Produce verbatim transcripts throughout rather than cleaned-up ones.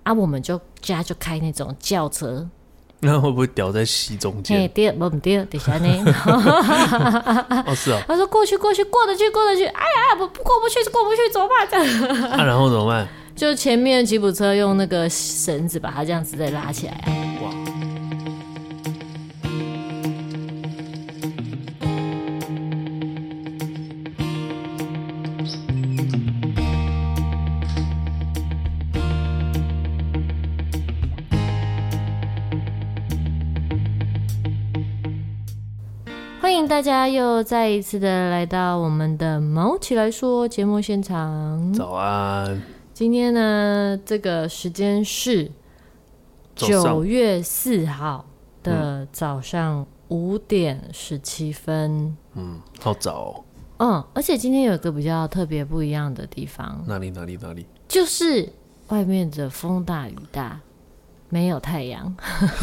啊，我们就家就开那种轿车。 那会不会掉在溪中间？ 嘿，对，不对，等下呢？ 哦，是哦。 他说过去，过去，过得去，过得去。哎呀，不过不去，过不去，怎么办？这样。 啊，然后怎么办？ 就前面吉普车用那个绳子把它这样子再拉起来、啊。哇！欢迎大家又再一次的来到我们的毛起来说节目现场。 早安。 今天呢，这个时间是九月四号的早上五点十七分。 嗯，好早哦。嗯，而且今天有一个比较特别不一样的地方。 哪里哪里哪里？ 就是外面的风大雨大，没有太阳。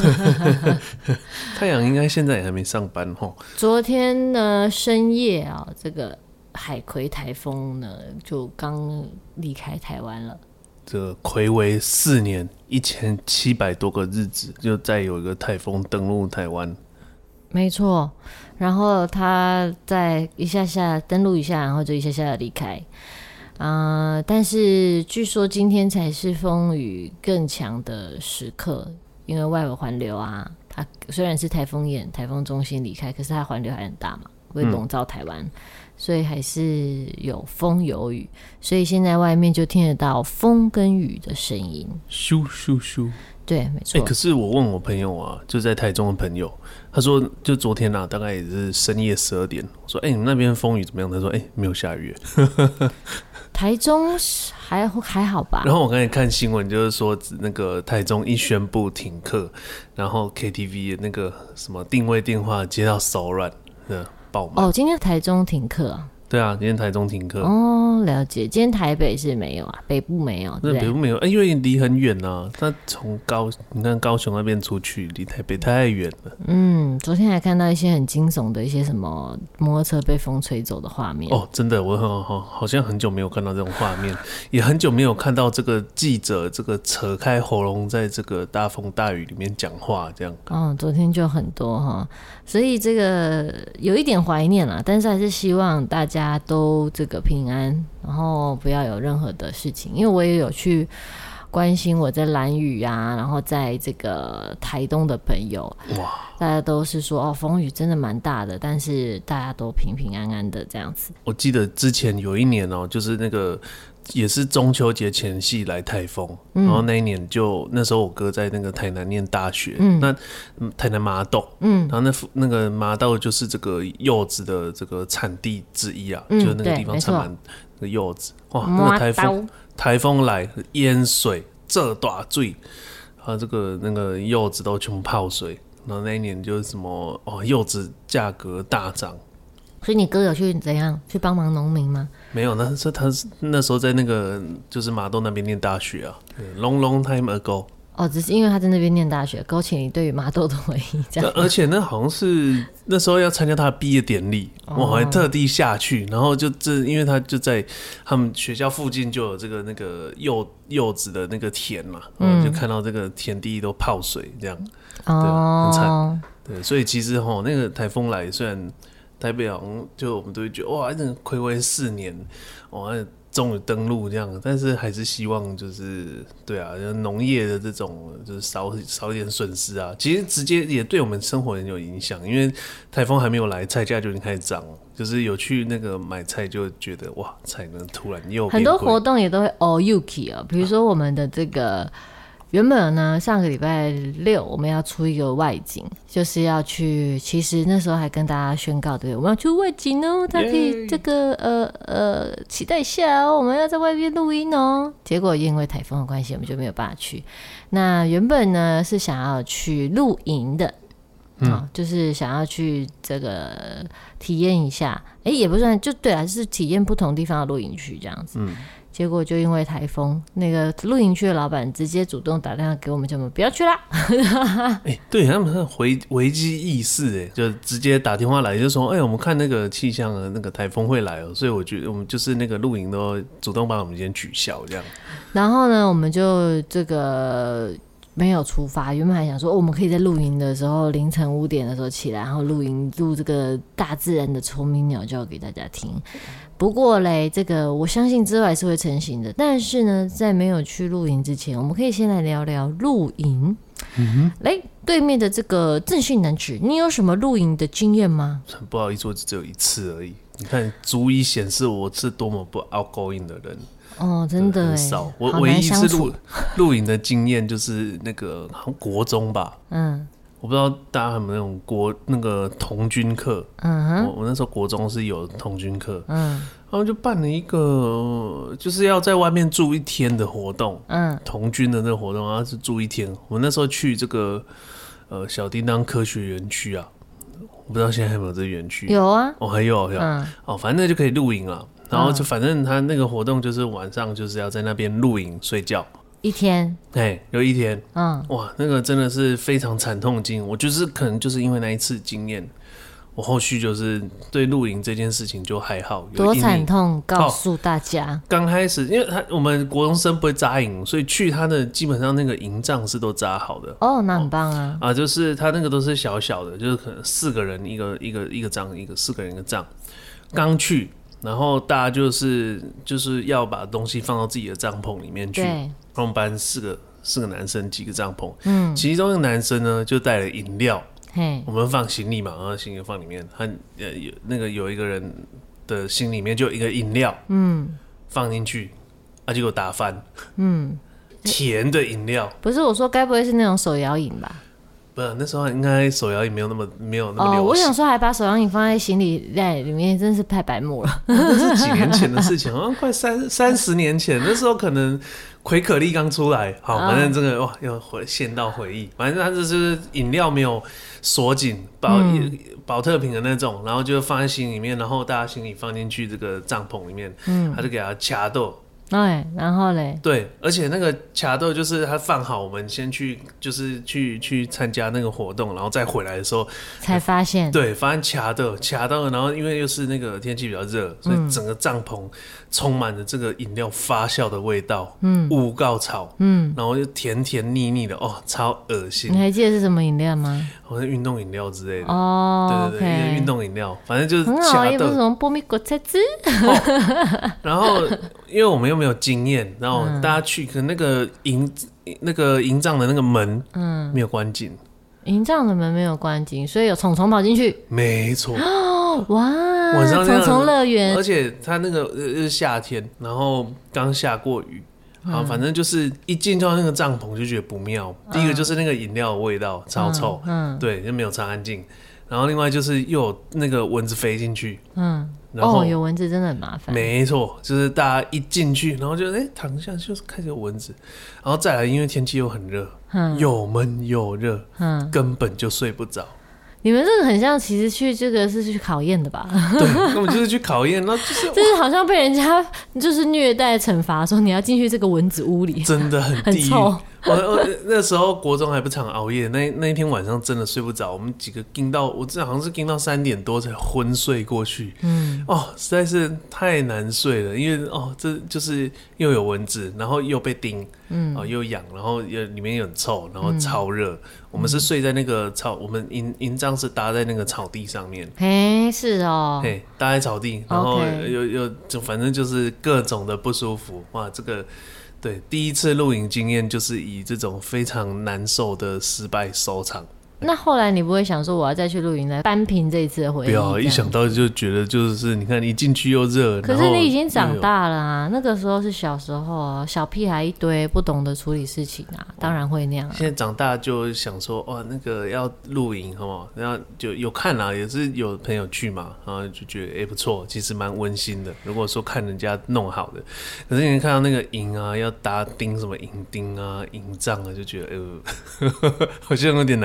太阳应该现在也还没上班吼。 昨天呢深夜啊、哦，这个海葵台风呢就刚离开台湾了。 这睽违四年一千七百多个日子，就再有一个台风登陆台湾。 没错，然后他再一下下登陆一下，然后就一下下离开。呃，但是据说今天才是风雨更强的时刻，因为外围环流啊，它虽然是台风眼、台风中心离开，可是它环流还很大嘛，会笼罩台湾、嗯，所以还是有风有雨，所以现在外面就听得到风跟雨的声音， 咻咻咻。 对，没错、 欸。可是我问我朋友啊，就在台中的朋友，他说就昨天啊，大概也是深夜十二点，我说哎、欸，你们那边风雨怎么样？他说哎、欸，没有下雨。 台中还还好吧。 然后我刚才看新闻，就是说那个台中一宣布停课，然后 K T V 那个什么定位电话接到手软，爆满。 哦，今天台中停课啊。 对啊，今天台中停课。 哦，了解。今天台北是没有啊，北部没有。对， 北部没有，欸、因为离很远啊。他从高，你看高雄那边出去，离台北太远了。 嗯，昨天还看到一些很惊悚的一些什么摩托车被风吹走的画面。 哦，真的，我好好好像很久没有看到这种画面，也很久没有看到这个记者这个扯开喉咙在这个大风大雨里面讲话这样。 哦，昨天就很多哈，所以这个有一点怀念啦，但是还是希望大家。大家都这个平安，然后不要有任何的事情。因为我也有去关心我在兰屿啊，然后在这个台东的朋友，哇，大家都是说哦，风雨真的蛮大的，但是大家都平平安安的这样子。 我记得之前有一年哦，就是那个也是中秋节前夕来台风、嗯，然后那一年就那时候我哥在那个台南念大学，嗯、那台南麻豆，嗯，然后那那个麻豆就是这个柚子的这个产地之一啊，嗯、就那个地方产满那个柚子，哇，那个台风台风来淹水，这大水，啊，这个那个柚子都全部泡水，然后那一年就是什么哦，柚子价格大涨。 所以你哥有去怎样去帮忙农民吗？ 没有，那是他那时候在那个就是麻豆那边念大学啊 ，long long time ago。 哦，只是因为他在那边念大学，勾起你对于麻豆的回忆，这样。 而且那好像是那时候要参加他的毕业典礼，哦、我还特地下去，然后就这，因为他就在他们学校附近就有这个那个柚柚子的那个田嘛，然后就看到这个田地都泡水这样， 哦、 对，很惨。对，所以其实哈，那个台风来，虽然台北好像就我们都会觉得哇，那个睽违四年，哇。终于登陆这样，但是还是希望就是对啊，农业的这种就是少少一点损失啊。其实直接也对我们生活很有影响，因为台风还没有来，菜价就已经开始涨了。就是有去那个买菜，就觉得哇，菜呢突然又变贵。 很多活动也都会 all yuki 啊，比如说我们的这个。原本呢，上个礼拜六我们要出一个外景，就是要去。其实那时候还跟大家宣告，对，我们要去外景哦，大家可以这个呃呃期待一下哦，我们要在外面录音哦。结果因为台风的关系，我们就没有办法去。那原本呢是想要去露营的，嗯、哦，就是想要去这个体验一下，哎，也不算，就对啦，是体验不同地方的露营区这样子。嗯。 结果就因为台风，那个露营区的老板直接主动打电话给我们，叫我们不要去啦。 哎、欸，对他们回危机意识，哎，就直接打电话来，就说，哎、欸，我们看那个气象的那个台风会来哦，所以我觉得我们就是那个露营都主动帮我们先取消这样。 然后呢，我们就这个没有出发，原本还想说、哦、我们可以在露营的时候凌晨五点的时候起来，然后露营录这个大自然的虫鸣鸟叫给大家听。不过嘞，这个我相信之后还是会成型的。但是呢，在没有去露营之前，我们可以先来聊聊露营。嗯哼，来，对面的这个正训男子，你有什么露营的经验吗？ 很不好意思，我只有一次而已。你看，足以显示我是多么不 outgoing 的人。 哦，真的耶， 很少。我唯一一次露露营的经验就是那个好像国中吧。嗯。我不知道大家有没有那种国那个童军课，嗯哼，我我那时候国中是有童军课，嗯，然后就办了一个就是要在外面住一天的活动，嗯，童军的那个活动，然后是住一天。我那时候去这个呃小叮当科学园区啊，我不知道现在还有没有这个园区？ 有啊， 哦还有，有嗯，哦反正就可以露营了，然后就反正他那个活动就是晚上就是要在那边露营睡觉。 一天， 哎，有一天，嗯，哇，那个真的是非常惨痛的经验。我就是可能就是因为那一次经验，我后续就是对露营这件事情就还好。 多惨痛，告诉大家。 刚、哦、开始，因为他我们国中生不会扎营，所以去他的基本上那个营帐是都扎好的。 哦，那很棒啊！ 哦、啊，就是他那个都是小小的，就是可能四个人一个一个一个帐，一个四个人一个帐。刚去。然后大家就是就是要把东西放到自己的帐篷里面去。我们班四个四个男生几个帐篷，嗯，其中一个男生呢就带了饮料，嘿，我们放行李嘛，然后行李放里面，他呃有那个有一个人的心里面就有一个饮料，嗯，放进去，啊结果打翻，嗯，甜的饮料， 不是我说该不会是那种手摇饮吧？ 不是，那时候应该手摇饮没有那么没有那么流行。哦， 我想说还把手摇饮放在行李袋里面，真是太白目了。 那是几年前的事情，好像快三三十年前。那时候可能葵可力刚出来，好，反正这个哇，要回陷到回忆。反正它就是饮料没有锁紧，保保特瓶的那种，然后就放在行李里面，然后大家行李放进去这个帐篷里面，嗯，他就给它掐豆。 对，然后嘞， 对，而且那个卡豆就是他放好，我们先去就是去去参加那个活动，然后再回来的时候才发现， 对，发现卡豆卡豆，然后因为又是那个天气比较热，所以整个帐篷充满了这个饮料发酵的味道，嗯，雾告草，嗯，然后又甜甜腻腻的，哦，超恶心。 你还记得是什么饮料吗？ 好像运动饮料之类的， 哦， 对对对，一个运动饮料，反正就是很好，也不是什么波蜜果菜汁。 然后因为我们又没有经验，然后大家去，可能那个营那个营帐的那个门，嗯，没有关紧， 营帐的门没有关紧，所以有虫虫跑进去。 没错， 哇，虫虫乐园， 而且它那个是夏天，然后刚下过雨。好，反正就是一进到那个帐篷就觉得不妙。嗯、第一个就是那个饮料的味道超臭，嗯，嗯对，就没有擦干净。然后另外就是又有那个蚊子飞进去，嗯，然后哦，有蚊子真的很麻烦。 没错，就是大家一进去，然后就哎、欸、躺下就是开始有蚊子，然后再来因为天气又很热，嗯，又闷又热，嗯，根本就睡不着。 你们这个很像，其实去这个是去考验的吧？ 对，根本就是去考验，然后就是就是好像被人家就是虐待惩罚，说你要进去这个蚊子屋里， 真的很很臭。 我, 我那时候国中还不常熬夜，那那一天晚上真的睡不着，我们几个盯到我这好像是盯到三点多才昏睡过去。嗯，哦，实在是太难睡了，因为哦，这就是又有蚊子，然后又被叮，嗯，哦又痒，然后又里面又很臭，然后超热。嗯、我们是睡在那个草，我们营营帐是搭在那个草地上面。 嘿，是哦， 嘿，搭在草地，然后又又就反正就是各种的不舒服。哇，这个。对，第一次露营经验就是以这种非常难受的失败收场。 那后来你不会想说我要再去露营来扳平这一次的回忆？ 不要，一想到就觉得就是你看你进去又热， 可是你已经长大了啊，那个时候是小时候啊，小屁孩一堆，不懂得处理事情啊，当然会那样啊。 现在长大就想说哇，那个要露营好不好？然后就有看啊，也是有朋友去嘛，然后就觉得哎、欸、不错，其实蛮温馨的。如果说看人家弄好的，可是你看到那个营啊，要搭钉什么营钉啊、营帐啊，就觉得呃好像有点难弄。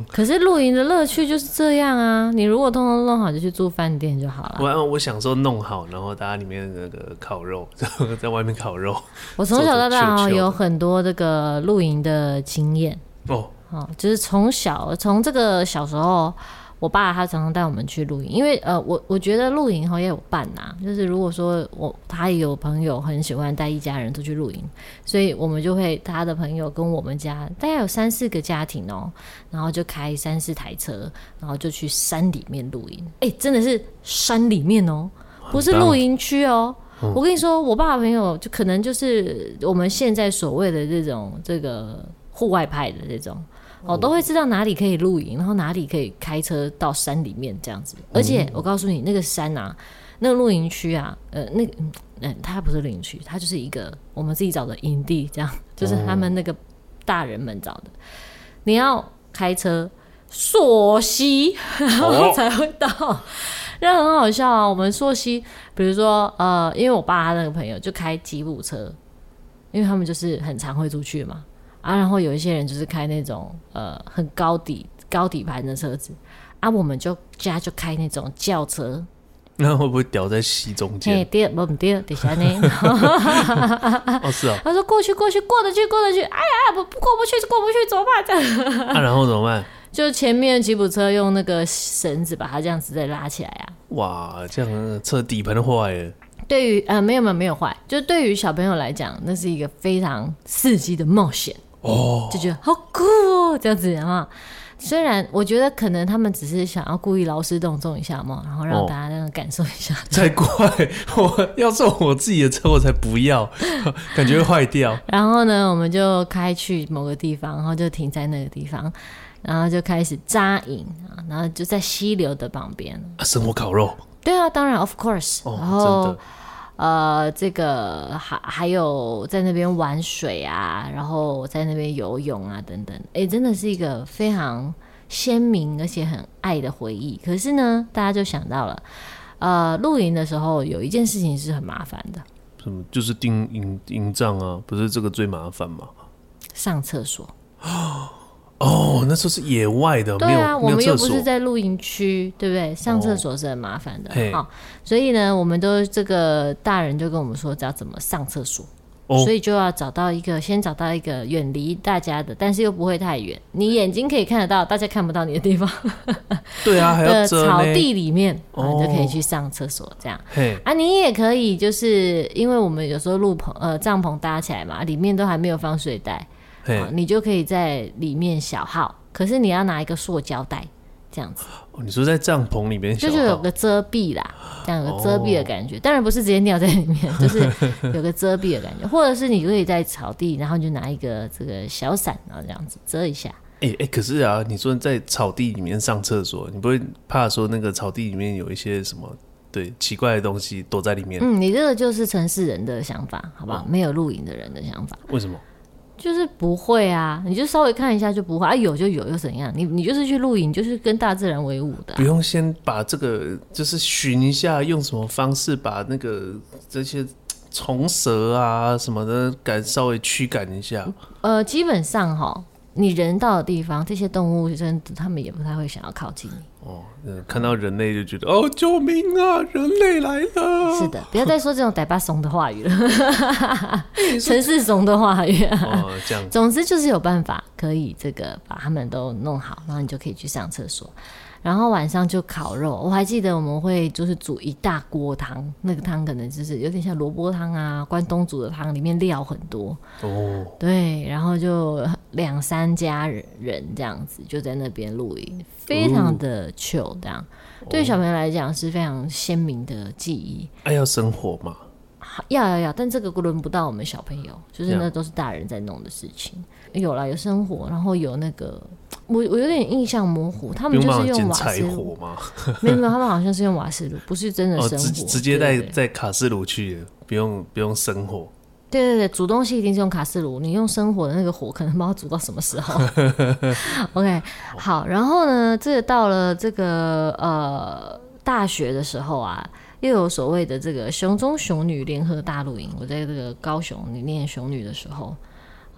可是露营的乐趣就是这样啊！你如果通通弄好，就去住饭店就好了。 我我享受弄好，然后大家里面那个烤肉，在外面烤肉。 我从小到大有很多这个露营的经验哦，哦，就是从小从这个小时候。我爸他常常带我们去露营，因为呃，我我觉得露营也有伴呐、啊，就是如果说我他也有朋友很喜欢带一家人出去露营，所以我们就会他的朋友跟我们家大概有三四个家庭哦，然后就开三四台车，然后就去山里面露营。哎、欸，真的是山里面哦，不是露营区哦。嗯、我跟你说，我爸的朋友就可能就是我们现在所谓的这种这个户外派的这种。哦，都会知道哪里可以露营，然后哪里可以开车到山里面这样子。而且我告诉你，那个山啊，那个露营区啊，呃，那个嗯，它不是露营区，它就是一个我们自己找的营地，这样就是他们那个大人们找的。你要开车溯溪，然后才会到。那很好笑啊！我们溯溪，比如说呃，因为我爸他那个朋友就开吉普车，因为他们就是很常会出去嘛。啊，然后有一些人就是开那种呃很高底高底盘的车子，啊，我们就家就开那种轿车， 那会不会掉在溪中间？ 嘿，对，不不对，等下呢？ 哦，是啊。 他说过去过去过得去过得去，哎呀，不过不去过不去，怎么办？这样。 啊，然后怎么办？ 就前面吉普车用那个绳子把它这样子再拉起来啊。 哇，这样车底盘坏了。 对于呃没有没有没有坏，就对于小朋友来讲，那是一个非常刺激的冒险。哦，就觉得好酷哦，这样子啊。虽然我觉得可能他们只是想要故意劳师动众一下嘛，然后让大家那样感受一下。 哦、才怪！我要是我自己的车，我才不要，感觉会坏掉。 然后呢，我们就开去某个地方，然后就停在那个地方，然后就开始扎营啊，然后就在溪流的旁边。 啊，生火烤肉。 对啊，当然 ，of course。 哦， 然后真的。 呃，这个还还有在那边玩水啊，然后在那边游泳啊，等等，哎，真的是一个非常鲜明而且很爱的回忆。可是呢，大家就想到了，呃，露营的时候有一件事情是很麻烦的， 什么？就是订营营帐啊，不是这个最麻烦吗？ 上厕所。 哦，那时候是野外的， 对啊， 没有我们又不是在露营区，对不对？上厕所是很麻烦的，哦，所以呢，我们都这个大人就跟我们说，要怎么上厕所，哦，所以就要找到一个，先找到一个远离大家的，但是又不会太远，你眼睛可以看得到，大家看不到你的地方。 对啊，还要遮呢。 草地里面，哦，你就可以去上厕所，这样。啊，你也可以，就是因为我们有时候露棚呃帐篷搭起来嘛，里面都还没有放睡袋。哦，你就可以在里面小号，可是你要拿一个塑胶袋这样子。 哦，你说在帐篷里面小号， 就是有个遮蔽啦，这样有个遮蔽的感觉。哦，当然不是直接尿在里面，就是有个遮蔽的感觉，或者是你可以在草地，然后就拿一个这个小伞，然后这样子遮一下。 哎、欸、哎、欸，可是啊，你说在草地里面上厕所，你不会怕说那个草地里面有一些什么对奇怪的东西躲在里面？ 嗯，你这个就是城市人的想法，好不好？哦，没有露营的人的想法。 为什么？ 就是不会啊，你就稍微看一下就不会啊，有就有又怎样？你你就是去露营，就是跟大自然为伍的，啊， 不用先把这个就是寻一下，用什么方式把那个这些虫蛇啊什么的赶稍微驱赶一下。 呃，基本上哈，你人到的地方，这些动物真的他们也不太会想要靠近你。 哦，看到人类就觉得哦，救命啊，人类来了！ 是的，不要再说这种台北怂的话语了，城市怂的话语。 哦，这样。 总之就是有办法可以这个把他们都弄好，然后你就可以去上厕所。然后晚上就烤肉，我还记得我们会就是煮一大锅汤，那个汤可能就是有点像萝卜汤啊，关东煮的汤，里面料很多哦。对，然后就两三家人这样子就在那边露营，非常的 chill， 这样，哦，对小朋友来讲是非常鲜明的记忆。 哎，啊，要生火嘛？ 要要要，但这个轮不到我们小朋友，就是那都是大人在弄的事情。有啦，有生火，然后有那个，我我有点印象模糊，他们就是用瓦斯炉吗？ 没有没有，他们好像是用瓦斯炉，不是真的生火，哦，直, 直接在在卡式炉去，不用不用生火。 对对对，煮东西一定是用卡式炉，你用生火的那个火，可能不知道煮到什么时候。OK， 好，然后呢，这个到了这个呃大学的时候啊。又有所谓的这个雄中雄女联合大露营，我在这个高雄念雄女的时候，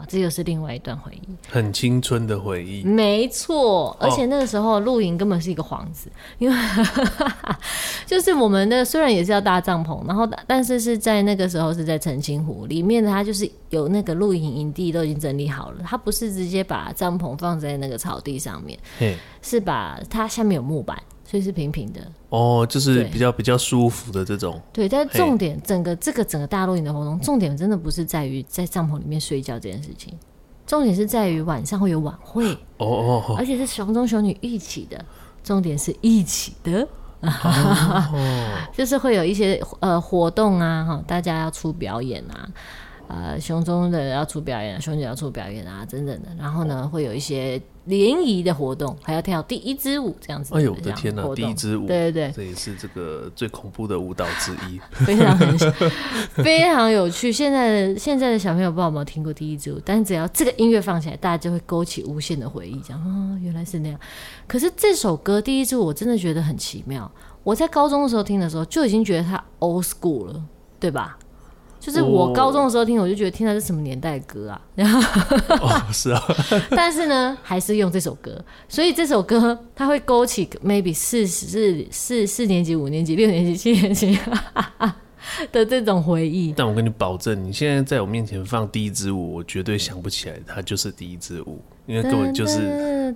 这又是另外一段回忆， 很青春的回忆。 没错，而且那个时候露营根本是一个幌子，因为就是我们的虽然也是要搭帐篷，然后但是是在那个时候是在澄清湖里面的，它就是有那个露营营地都已经整理好了，它不是直接把帐篷放在那个草地上面，是把它下面有木板，所以是平平的。哦， 就是比较比较舒服的这种。 对，但重点整个这个整个大露营的活动，重点真的不是在于在帐篷里面睡觉这件事情，重点是在于晚上会有晚会。哦哦哦，而且是熊中熊女一起的，重点是一起的。哦、就是会有一些呃活动啊，大家要出表演啊，呃，熊中的要出表演，熊姐要出表演啊，等等的。然后呢，会有一些联谊的活动，还要跳第一支舞这样子。 哎呦，我的天哪！第一支舞， 对对对， 这也是这个最恐怖的舞蹈之一， 非常很非常有趣。现在的现在的小朋友不知道有没有听过第一支舞，但是只要这个音乐放起来，大家就会勾起无限的回忆，这样啊、哦，原来是那样。可是这首歌第一支舞，我真的觉得很奇妙。我在高中的时候听的时候，就已经觉得它 old school 了，对吧？就是我高中的时候听，我就觉得听它是什么年代的歌啊？ 哦，是啊。 但是呢，还是用这首歌，所以这首歌它会勾起 maybe 四四四四年级、五年级、六年级、七年级的这种回忆。 但我跟你保证，你现在在我面前放第一支舞，我绝对想不起来它就是第一支舞，因为根本就是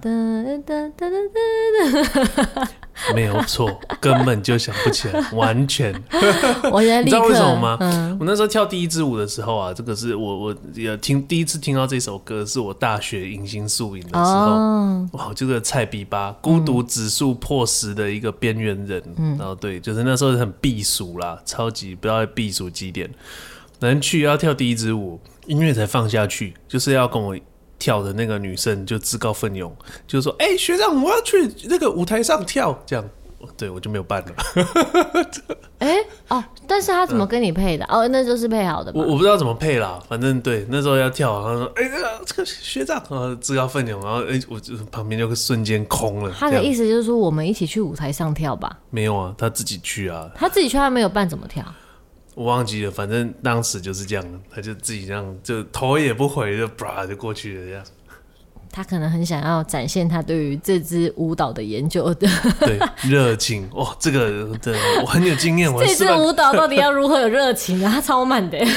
没有错，根本就想不起来，完全。 我现在立刻，你知道为什么吗？嗯、我那时候跳第一支舞的时候啊，这个是我我也听第一次听到这首歌，是我大学迎新宿营的时候。哦、哇，这个菜比吧，孤独指数破十的一个边缘人，嗯、然后对，就是那时候很避暑啦，超级不知道避暑几点，能去要跳第一支舞，音乐才放下去，就是要跟我跳的那个女生就自告奋勇，就说：“哎、欸，学长，我要去那个舞台上跳。”这样，对我就没有办了。 哎、欸、哦，但是他怎么跟你配的？嗯、哦，那就是配好的吧？ 我我不知道怎么配啦，反正对，那时候要跳，然后说：“哎、欸，这个这个学长，然后自告奋勇，然后哎、欸，我就旁边就瞬间空了。” 他的意思就是说，我们一起去舞台上跳吧？ 没有啊，他自己去啊。 他自己去，他没有伴怎么跳？ 我忘记了，反正当时就是这样，他就自己这样，就头也不回就啪就过去了这样。 他可能很想要展现他对于这支舞蹈的研究的对热情哦，这个对我很有经验。 这支舞蹈到底要如何有热情啊？他超慢的。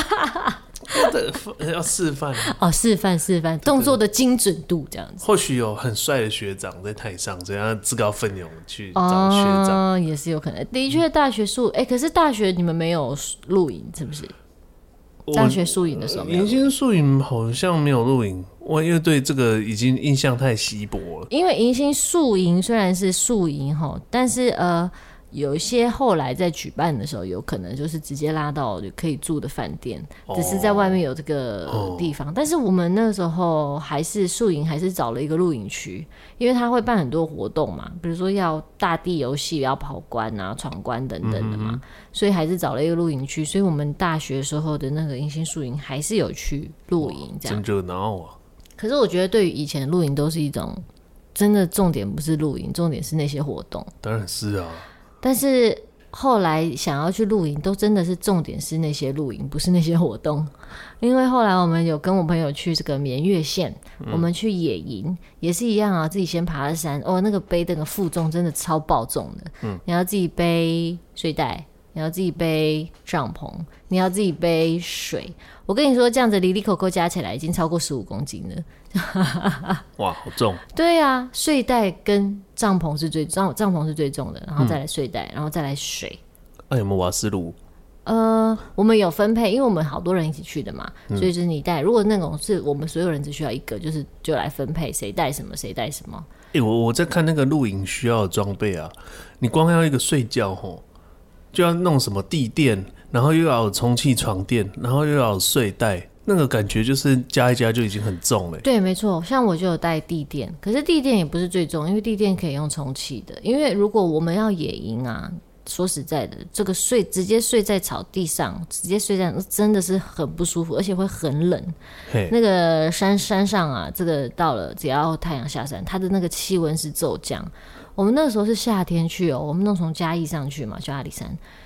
要示范哦，示范示范动作的精准度这样子。 或许有很帅的学长在台上，这样自告奋勇去找学长， 哦、也是有可能。的确，大学宿哎、欸，可是大学你们没有露营是不是？大学宿营的时候没有， 迎新宿营好像没有露营。我因为对这个已经印象太稀薄了。 因为迎新宿营虽然是宿营齁，但是呃。有一些后来在举办的时候，有可能就是直接拉到可以住的饭店，哦、只是在外面有这个地方。哦、但是我们那时候还是宿营，还是找了一个露营区，因为他会办很多活动嘛，比如说要大地游戏、要跑关啊、闯关等等的嘛，嗯、所以还是找了一个露营区。所以我们大学时候的那个迎新宿营还是有去露营，这样真热闹啊！ 可是我觉得对于以前的露营都是一种真的重点不是露营，重点是那些活动。 当然是啊。 但是后来想要去露营，都真的是重点是那些露营，不是那些活动。因为后来我们有跟我朋友去这个绵月县，嗯、我们去野营也是一样啊，自己先爬了山，哦，那个背那个负重真的超爆重的，嗯、你要自己背睡袋，你要自己背帐篷，你要自己背水。我跟你说，这样子里里口口加起来已经超过十五公斤了。 哇，好重！ 对啊，睡袋跟帐篷是最帐帐篷是最重的，然后再来睡袋，嗯、然后再来水。 那、啊、有没有瓦斯炉？ 呃，我们有分配，因为我们好多人一起去的嘛，嗯、所以就是你带。如果那种是我们所有人只需要一个，就是就来分配谁带什么，谁带什么。 哎、欸，我我在看那个露营需要的装备啊，你光要一个睡觉吼，就要弄什么地垫，然后又要有充气床垫，然后又要有睡袋。那个感觉就是加一加就已经很重了。 对，没错，像我就有带地垫，可是地垫也不是最重，因为地垫可以用充气的。因为如果我们要野营啊，说实在的，这个睡直接睡在草地上，直接睡在真的是很不舒服，而且会很冷。那个山山上啊，这个到了只要太阳下山，它的那个气温是骤降。我们那个时候是夏天去哦，我们那从嘉义上去嘛，去阿里山。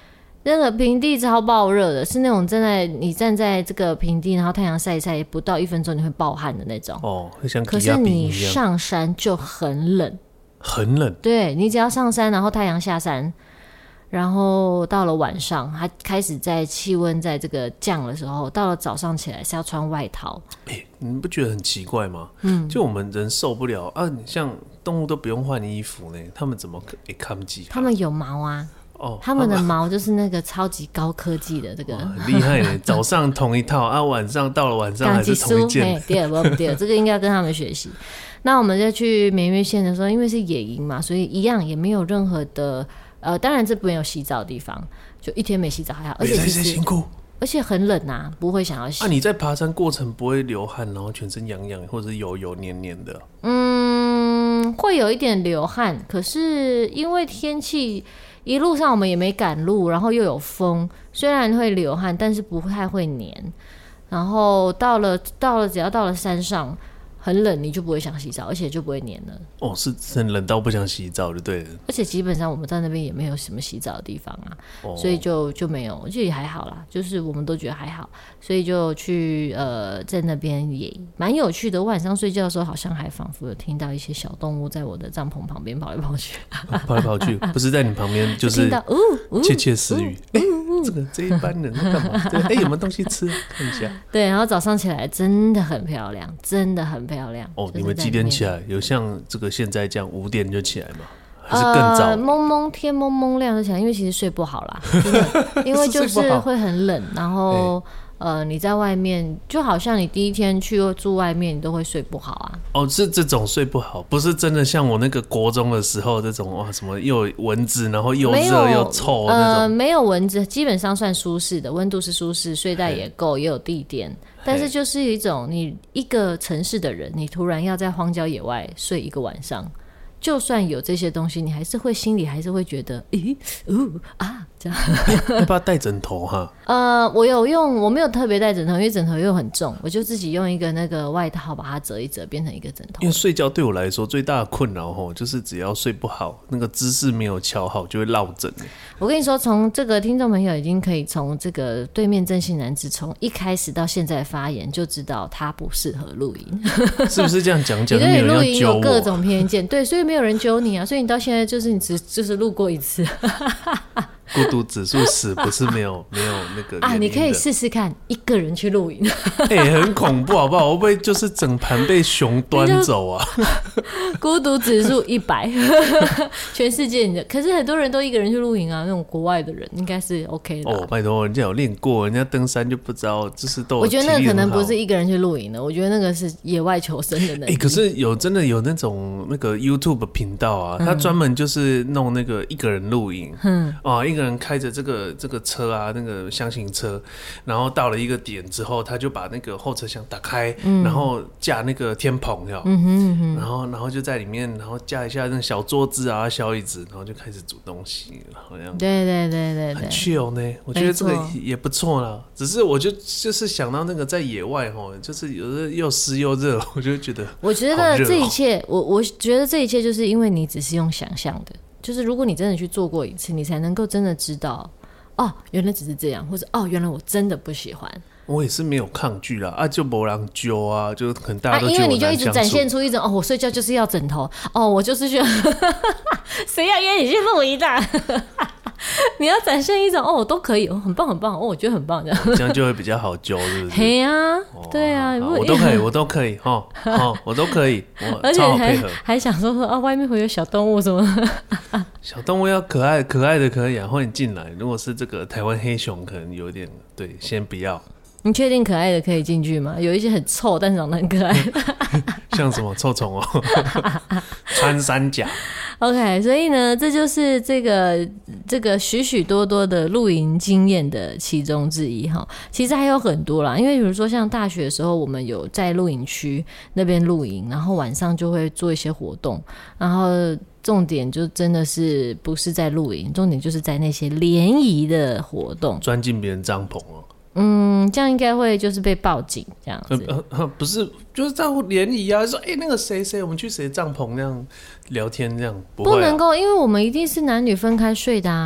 那个平地超爆热的，是那种站在你站在这个平地，然后太阳晒一晒，不到一分钟你会暴汗的那种。 哦，会像可是你上山就很冷， 很冷。 对，你只要上山，然后太阳下山，然后到了晚上，它开始在气温在这个降的时候，到了早上起来是要穿外套。 哎、欸，你不觉得很奇怪吗？嗯，就我们人受不了啊，你像动物都不用换衣服呢，他们怎么可以看不起？ 他们有毛啊。哦、他们的毛就是那个超级高科技的这个， 很厉害呢。早上同一套啊，晚上到了晚上还是同一件。 对，不对，这个应该跟他们学习。那我们在去绵月县的时候，因为是野营嘛，所以一样也没有任何的呃，当然这没有洗澡的地方，就一天没洗澡还好，而且其实辛苦， 而且很冷啊，不会想要洗。 啊，你在爬山过程不会流汗，然后全身痒痒或者是油油黏黏的？ 嗯，会有一点流汗，可是因为天气。一路上我们也没赶路，然后又有风，虽然会流汗，但是不太会黏。然后到了到了，只要到了山上很冷，你就不会想洗澡，而且就不会黏了。 哦，是很冷到不想洗澡就对了。 而且基本上我们在那边也没有什么洗澡的地方啊，哦、所以就就没有，就也还好啦，就是我们都觉得还好，所以就去呃在那边也蛮有趣的。晚上睡觉的时候，好像还仿佛有听到一些小动物在我的帐篷旁边跑来跑去， 跑来跑去，不是在你旁边，就是窃窃私语。哎、欸，这个这一班人在干嘛？哎、欸，有没有东西吃？看一下。 对，然后早上起来真的很漂亮，真的很漂亮。 哦，你们几点起来？有像这个现在这样五点就起来吗？还是更早？ 呃、蒙蒙天蒙蒙亮就起来，因为其实睡不好啦，因为就是会很冷，然后。呃，你在外面就好像你第一天去住外面，你都会睡不好啊。 哦，是这种睡不好，不是真的像我那个国中的时候这种哇，什么又有蚊子，然后又热又臭那种。呃， 没有蚊子，基本上算舒适的，温度是舒适，睡袋也够，也有地垫。但是就是一种你一个城市的人，你突然要在荒郊野外睡一个晚上。就算有这些东西，你还是会心里还是会觉得，咦，哦啊，这样。 要不要带枕头哈？ 呃，我有用，我没有特别带枕头，因为枕头又很重，我就自己用一个那个外套把它折一折，变成一个枕头。 因为睡觉对我来说最大的困扰吼，就是只要睡不好，那个姿势没有调好，就会落枕。 我跟你说，从这个听众朋友已经可以从这个对面正性男子从一开始到现在发言，就知道他不适合露营， 是不是这样讲讲？ 你对露营有各种偏见，对，所以没有人揪你啊，所以你到现在就是你只就是录过一次。 孤独指数十不是没有没有那个啊，你可以试试看一个人去露营， 哎、欸，很恐怖好不好？会不会就是整盘被熊端走啊？ 孤独指数一百，全世界你的，可是很多人都一个人去露营啊，那种国外的人应该是 OK 的。 哦，拜托，人家有练过，人家登山就不知道，就是都有。 我觉得那个可能不是一个人去露营的，我觉得那个是野外求生的能力。 哎、欸，可是有真的有那种那个 YouTube 频道啊，嗯、他专门就是弄那个一个人露营，嗯，哦，一个人开着这个这个车啊，那个箱型车，然后到了一个点之后，他就把那个后车厢打开，嗯、然后架那个天棚，嗯哼哼，然后然后就在里面，然后架一下那个小桌子啊、小椅子，然后就开始煮东西，好像对对对对对， 很 chill 呢。我觉得这个也不错啦，只是我就就是想到那个在野外吼，就是有的又湿又热，我就觉得， 我觉得这一切，我我觉得这一切就是因为你只是用想象的。就是如果你真的去做过一次，你才能够真的知道，哦，原来只是这样，或者哦，原来我真的不喜欢。 我也是没有抗拒啦，啊，就没人揪啊，就可能大家都觉得我难相处、啊、因为你就一直展现出一种哦，我睡觉就是要枕头，哦，我就是需要，谁要约你去露营的？你要展现一种哦，我都可以，哦，很棒很棒，哦，我觉得很棒，这样这样就会比较好揪，是不是？ 嘿啊，哦、对啊， 我都可以，我都可以，哈，哦，我都可以，我而且还还想说说啊，外面会有小动物什么？ 小动物要可爱可爱的可以啊，欢迎进来。如果是这个台湾黑熊，可能有点对，先不要。 你确定可爱的可以进去吗？有一些很臭但长得很可爱像什么臭虫哦穿山甲。 OK， 所以呢，这就是这个这个许许多多的露营经验的其中之一哈。其实还有很多啦，因为比如说像大学的时候，我们有在露营区那边露营，然后晚上就会做一些活动，然后重点就真的是不是在露营，重点就是在那些联谊的活动， 钻进别人帐篷哦。 嗯，这样应该会就是被报警这样子。 呃呃、不是，就是在联谊啊，说哎、欸、那个谁谁，我们去谁帐篷那样聊天这样，不会、啊、 不能够，因为我们一定是男女分开睡的啊。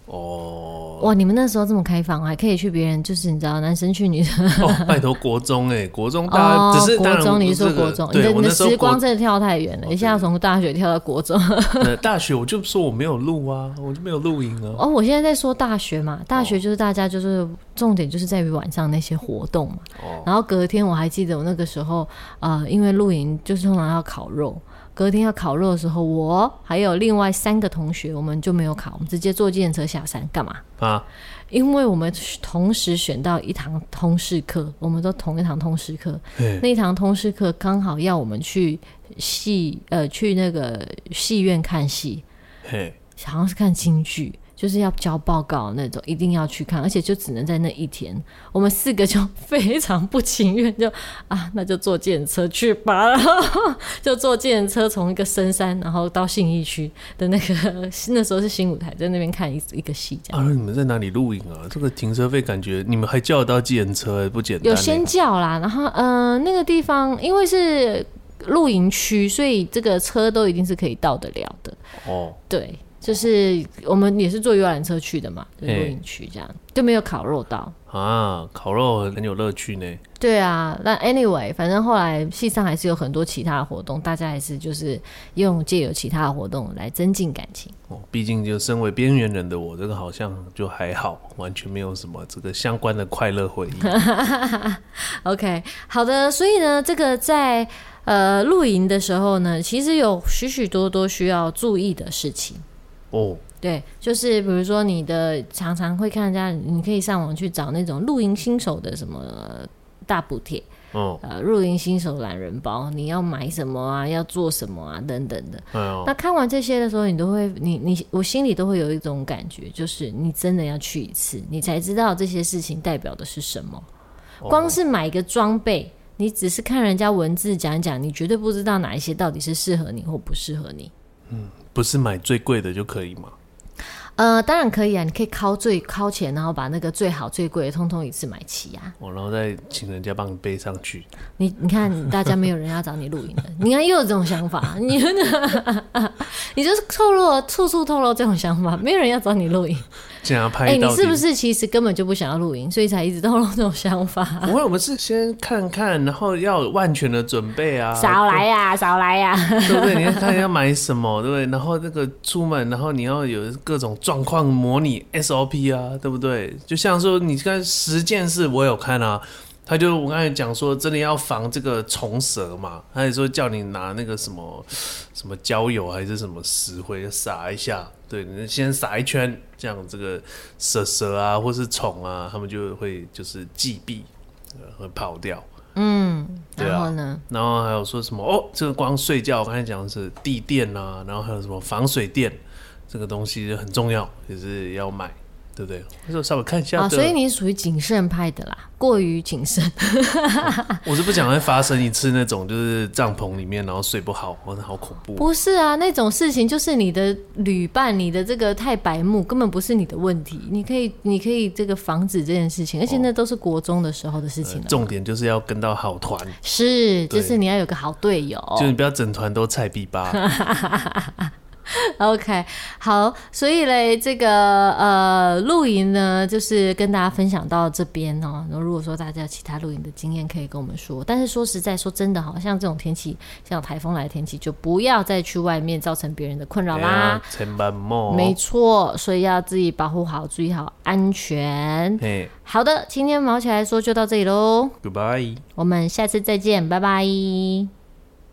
哦， 哇，你们那时候这么开放，还可以去别人，就是你知道，男生去女生。 哦，拜托国中哎、欸，国中大家、哦、只是国中，你是说国中？ 对， 你的时光真的跳太远了，一下从大学跳到国中。 大学我就说我没有录啊，我就没有录影啊。 哦，我现在在说大学嘛，大学就是大家就是重点就是在于晚上那些活动嘛。哦、然后隔天我还记得我那个时候，呃，因为露营就是通常要烤肉。隔天要烤肉的时候，我还有另外三个同学，我们就没有烤，我们直接坐计程车下山干嘛？啊，因为我们同时选到一堂通识课，我们都同一堂通识课，那一堂通识课刚好要我们去戏呃去那个戏院看戏，好像是看京剧。就是要交报告那种，一定要去看，而且就只能在那一天。我们四个就非常不情愿，就啊，那就坐计程车去吧，然后就坐计程车从一个深山，然后到信义区的那个那时候是新舞台，在那边看一一个戏这样。 啊，你们在哪里露营啊？这个停车费感觉你们还叫得到计程车，不简单。 有先叫啦，然后呃那个地方因为是露营区，所以这个车都一定是可以到得了的。哦，对。就是我们也是坐游览车去的嘛，就露营区这样，就没有烤肉到啊。烤肉很有乐趣呢。 对啊，那 anyway， 反正后来系上还是有很多其他的活动，大家还是就是用借由其他的活动来增进感情。 哦，毕竟就身为边缘人的我，这个好像就还好，完全没有什么这个相关的快乐回忆。 OK， 好的，所以呢，这个在呃露营的时候呢，其实有许许多多需要注意的事情。哦，对，就是比如说你的常常会看人家，你可以上网去找那种露营新手的什么大补帖，哦，呃，露营新手懒人包，你要买什么啊，要做什么啊，等等的。哎呦，那看完这些的时候，你都会，你你我心里都会有一种感觉，就是你真的要去一次，你才知道这些事情代表的是什么。哦，光是买一个装备，你只是看人家文字讲讲，你绝对不知道哪一些到底是适合你或不适合你。 嗯，不是买最贵的就可以吗？ 呃，当然可以啊，你可以敲最敲钱，然后把那个最好最贵的通通一次买齐啊。 哦，然后再请人家帮你背上去。 你你看，大家没有人要找你录影的，你看又有这种想法，你你就是透露处处透露这种想法，没有人要找你录影。 这样拍到底， 哎、欸，你是不是其实根本就不想要露营，所以才一直透露这种想法？ 不会，我们是先看看，然后要有万全的准备啊。 少来呀、啊，少来呀、啊， 对不对？你要看要买什么，对不对？然后那个出门，然后你要有各种状况模拟 S O P 啊，对不对？就像说你看十件事，我有看啊。他就我刚才讲说，真的要防这个虫蛇嘛，他也说叫你拿那个什么什么焦油还是什么石灰撒一下，对，你先撒一圈，这样这个蛇蛇啊或是虫啊，他们就会就是击毙，会跑掉。嗯，对啊，然后呢？然后还有说什么哦，这个光睡觉，我刚才讲的是地垫啊，然后还有什么防水垫，这个东西就很重要，也是要买。对不对？那时候稍微看一下啊，所以你属于谨慎派的啦，过于谨慎。 哦、我是不想再发生一次那种，就是帐篷里面然后睡不好，哇，好恐怖。 不是啊，那种事情就是你的旅伴，你的这个太白目，根本不是你的问题。你可以，你可以这个防止这件事情，而且那都是国中的时候的事情了、哦呃。重点就是要跟到好团， 是，就是你要有个好队友， 就你不要整团都菜逼吧。 OK， 好，所以嘞，这个呃露营呢，就是跟大家分享到这边哦。如果说大家有其他露营的经验，可以跟我们说。但是说实在，说真的，好像这种天气，像台风来的天气，就不要再去外面造成别人的困扰啦。 千万莫， 没错，所以要自己保护好，注意好安全。好的，今天毛起来说就到这里喽。 Goodbye， 我们下次再见，拜拜。